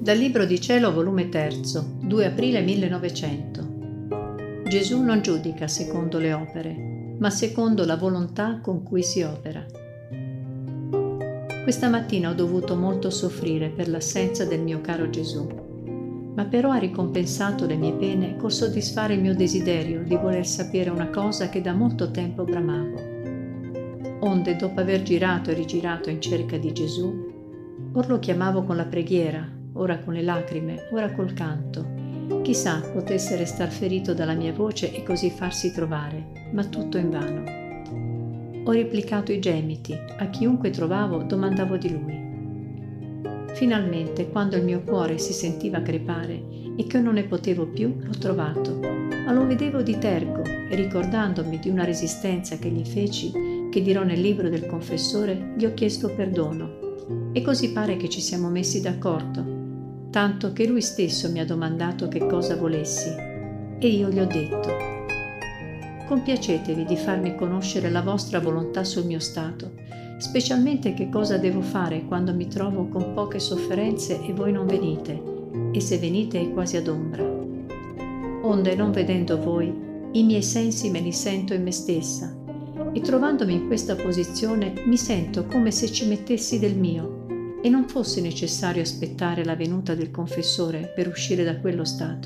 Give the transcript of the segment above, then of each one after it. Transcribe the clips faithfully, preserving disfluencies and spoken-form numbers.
Dal Libro di Cielo, volume tre, due aprile millenovecento. Gesù non giudica secondo le opere, ma secondo la volontà con cui si opera. Questa mattina ho dovuto molto soffrire per l'assenza del mio caro Gesù, ma però ha ricompensato le mie pene col soddisfare il mio desiderio di voler sapere una cosa che da molto tempo bramavo. Onde, dopo aver girato e rigirato in cerca di Gesù, or lo chiamavo con la preghiera, ora con le lacrime, ora col canto. Chissà potesse restar ferito dalla mia voce e così farsi trovare, ma tutto invano. Ho replicato i gemiti, a chiunque trovavo domandavo di lui. Finalmente, quando il mio cuore si sentiva crepare e che io non ne potevo più, l'ho trovato, ma lo vedevo di tergo e ricordandomi di una resistenza che gli feci, che dirò nel libro del confessore, gli ho chiesto perdono. E così pare che ci siamo messi d'accordo, tanto che lui stesso mi ha domandato che cosa volessi, e io gli ho detto: compiacetevi di farmi conoscere la vostra volontà sul mio stato, specialmente che cosa devo fare quando mi trovo con poche sofferenze e voi non venite, e se venite è quasi ad ombra. Onde, non vedendo voi, i miei sensi me li sento in me stessa, e trovandomi in questa posizione mi sento come se ci mettessi del mio, e non fosse necessario aspettare la venuta del confessore per uscire da quello stato.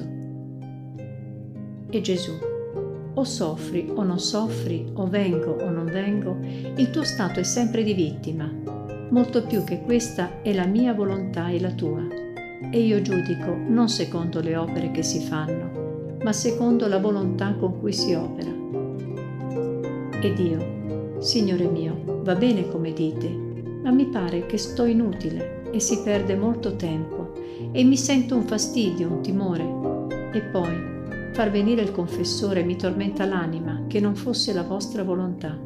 E Gesù: o soffri o non soffri, o vengo o non vengo, il tuo stato è sempre di vittima, molto più che questa è la mia volontà e la tua, e io giudico non secondo le opere che si fanno, ma secondo la volontà con cui si opera. Ed io: Signore mio, va bene come dite, ma mi pare che sto inutile e si perde molto tempo e mi sento un fastidio, un timore, e poi far venire il confessore mi tormenta l'anima che non fosse la vostra volontà.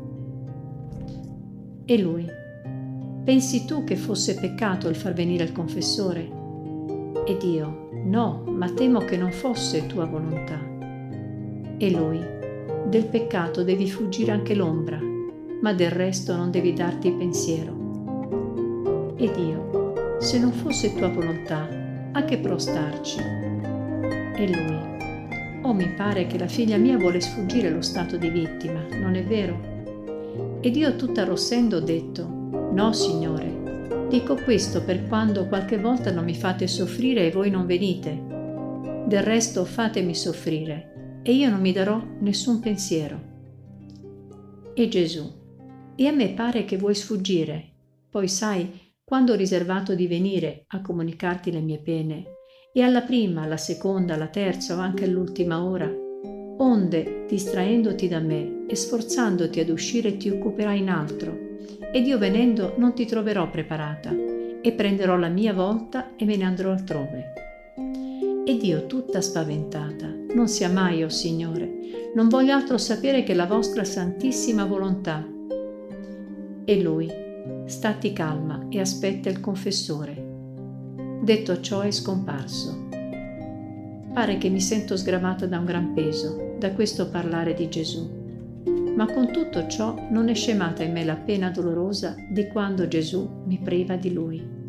E lui: pensi tu che fosse peccato il far venire il confessore? Ed io: no, ma temo che non fosse tua volontà. E lui: del peccato devi fuggire anche l'ombra, ma del resto non devi darti pensiero. Ed io: se non fosse tua volontà, a che pro starci? E lui: oh, mi pare che la figlia mia vuole sfuggire lo stato di vittima, non è vero? Ed io, tutta arrossendo, ho detto: no, Signore, dico questo per quando qualche volta non mi fate soffrire e voi non venite. Del resto fatemi soffrire, e io non mi darò nessun pensiero. E Gesù: e a me pare che vuoi sfuggire, poi sai, quando ho riservato di venire a comunicarti le mie pene, e alla prima, alla seconda, alla terza o anche all'ultima ora, onde, distraendoti da me e sforzandoti ad uscire, ti occuperai in altro, ed io venendo non ti troverò preparata, e prenderò la mia volta e me ne andrò altrove. Ed io, tutta spaventata: non sia mai, o Signore, non voglio altro sapere che la vostra santissima volontà. E lui: statti calma e aspetta il confessore. Detto ciò è scomparso. Pare che mi sento sgravata da un gran peso, da questo parlare di Gesù, ma con tutto ciò non è scemata in me la pena dolorosa di quando Gesù mi priva di Lui.